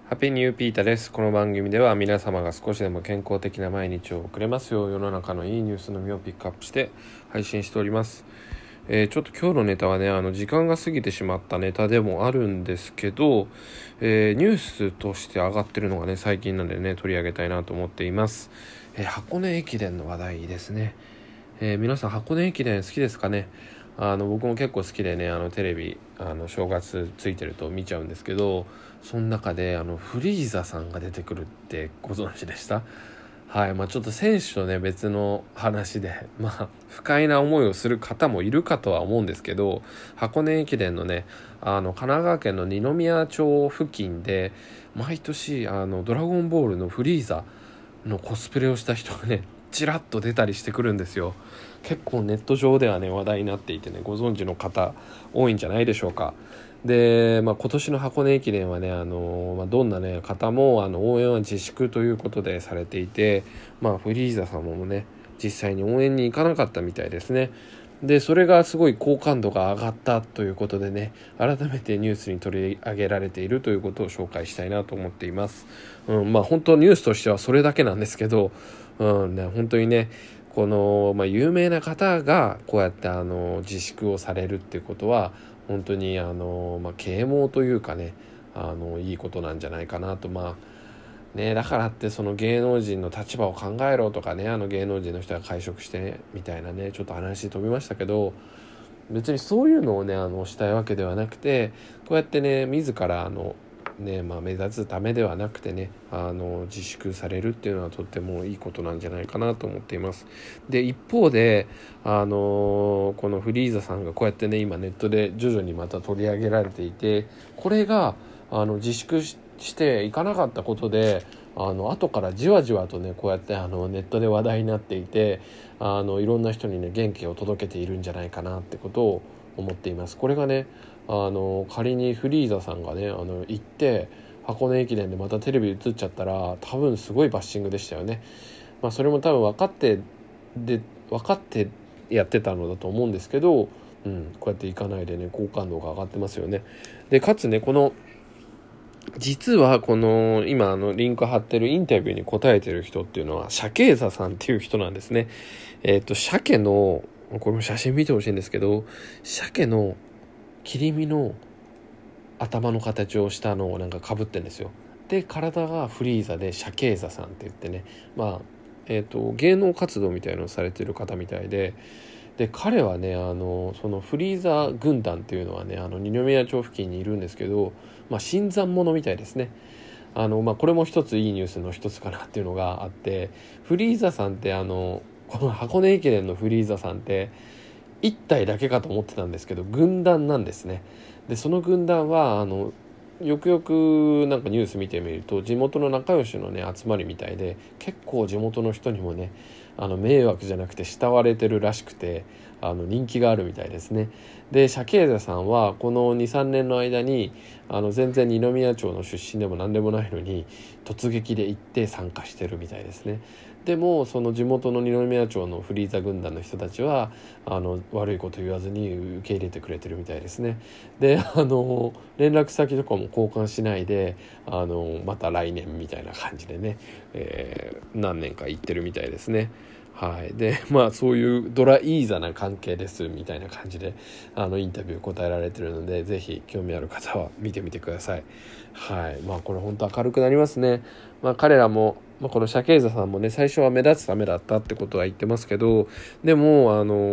ハッピーニューピータです。この番組では皆様が少しでも健康的な毎日を送れますよう世の中のいいニュースのみをピックアップして配信しております。ちょっと今日のネタはね、時間が過ぎてしまったネタでもあるんですけど、ニュースとして上がってるのがね、最近なんでね、取り上げたいなと思っています。箱根駅伝の話題ですね。皆さん箱根駅伝好きですかね。僕も結構好きでね、テレビ正月ついてると見ちゃうんですけど、その中でフリーザさんが出てくるってご存知でした？はい、ちょっと選手とね別の話で不快な思いをする方もいるかとは思うんですけど、箱根駅伝のね神奈川県の二宮町付近で毎年ドラゴンボールのフリーザのコスプレをした人がねちらっと出たりしてくるんですよ。結構ネット上ではね話題になっていてね、ご存知の方多いんじゃないでしょうか。で、今年の箱根駅伝はねどんなね方も応援は自粛ということでされていて、フリーザ様もね実際に応援に行かなかったみたいですね。でそれがすごい好感度が上がったということでね、改めてニュースに取り上げられているということを紹介したいなと思っています。本当ニュースとしてはそれだけなんですけど、本当にねこの、有名な方がこうやって自粛をされるっていうことは本当に啓蒙というかねいいことなんじゃないかなと。だからってその芸能人の立場を考えろとかね、芸能人の人が会食してねみたいなね、ちょっと話飛びましたけど、別にそういうのをねしたいわけではなくて、こうやってね自ら目立つためではなくてね自粛されるっていうのはとってもいいことなんじゃないかなと思っています。で一方でこのフリーザさんがこうやってね今ネットで徐々にまた取り上げられていて、これが自粛していかなかったことで後からじわじわとねこうやってネットで話題になっていていろんな人にね元気を届けているんじゃないかなってことを思っています。これがね仮にフリーザさんがね行って箱根駅伝でまたテレビ映っちゃったら多分すごいバッシングでしたよね。それも多分分かってやってたのだと思うんですけど、こうやって行かないでね好感度が上がってますよね。でかつね実はこの今リンク貼ってるインタビューに答えてる人っていうのは鮭座さんっていう人なんですね。鮭のこれも写真見てほしいんですけど、鮭の切り身の頭の形をしたのをなんか被ってんですよ。で体がフリーザで鮭座さんって言ってね、芸能活動みたいなのをされてる方みたいで、彼はねそのフリーザ軍団っていうのはね二宮町付近にいるんですけど、新参者みたいですね。これも一ついいニュースの一つかなっていうのがあって、フリーザさんってこの箱根駅伝のフリーザさんって1体だけかと思ってたんですけど軍団なんですね。でその軍団はよくよくなんかニュース見てみると地元の仲良しのね集まりみたいで、結構地元の人にもね迷惑じゃなくて慕われてるらしくて人気があるみたいですね。で鮭座さんはこの 2,3 年の間に全然二宮町の出身でも何でもないのに突撃で行って参加してるみたいですね。でもその地元の二宮町のフリーザ軍団の人たちは悪いこと言わずに受け入れてくれてるみたいですね。で連絡先とかも交換しないでまた来年みたいな感じでね、何年か行ってるみたいですね。はい。でそういうドライーザな関係ですみたいな感じでインタビュー答えられてるので、ぜひ興味ある方は見てみてください。はい。これ本当明るくなりますね。彼らもこの鮭座さんもね最初は目立つためだったってことは言ってますけど、でも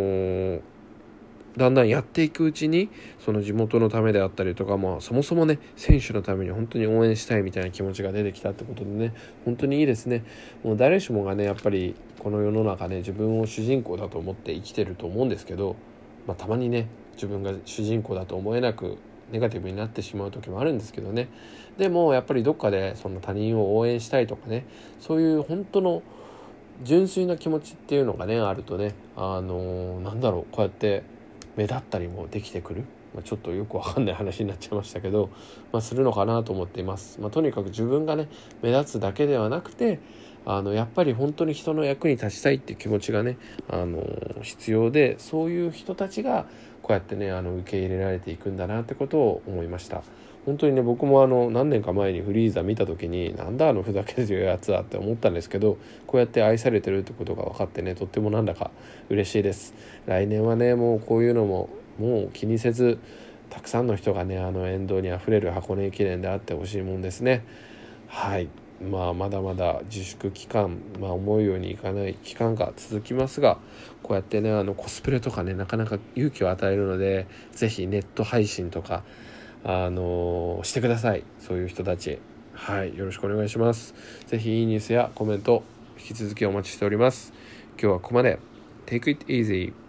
だんだんやっていくうちにその地元のためであったりとか、そもそもね選手のために本当に応援したいみたいな気持ちが出てきたってことでね、本当にいいですね。もう誰しもがねやっぱりこの世の中ね自分を主人公だと思って生きてると思うんですけど、たまにね自分が主人公だと思えなくネガティブになってしまう時もあるんですけどね。でもやっぱりどっかでその他人を応援したいとかね、そういう本当の純粋な気持ちっていうのがねあるとねこうやって目立ったりもできてくる、ちょっとよくわかんない話になっちゃいましたけど、するのかなと思っています。とにかく自分がね目立つだけではなくてやっぱり本当に人の役に立ちたいっていう気持ちがね必要で、そういう人たちがこうやってね受け入れられていくんだなってことを思いました。 本当にね、僕も何年か前にフリーザ見た時に、なんだふざけてるやつはって思ったんですけど、こうやって愛されてるってことが分かってね、とってもなんだか嬉しいです。来年はね、もうこういうのももう気にせず、たくさんの人がね、沿道にあふれる箱根駅伝であってほしいもんですね。はい。まだまだ自粛期間、思うようにいかない期間が続きますが、こうやってね、コスプレとかね、なかなか勇気を与えるので、ぜひネット配信とかしてください。そういう人たち、はい、よろしくお願いします。ぜひいいニュースやコメント引き続きお待ちしております。今日はここまで。 Take it easy.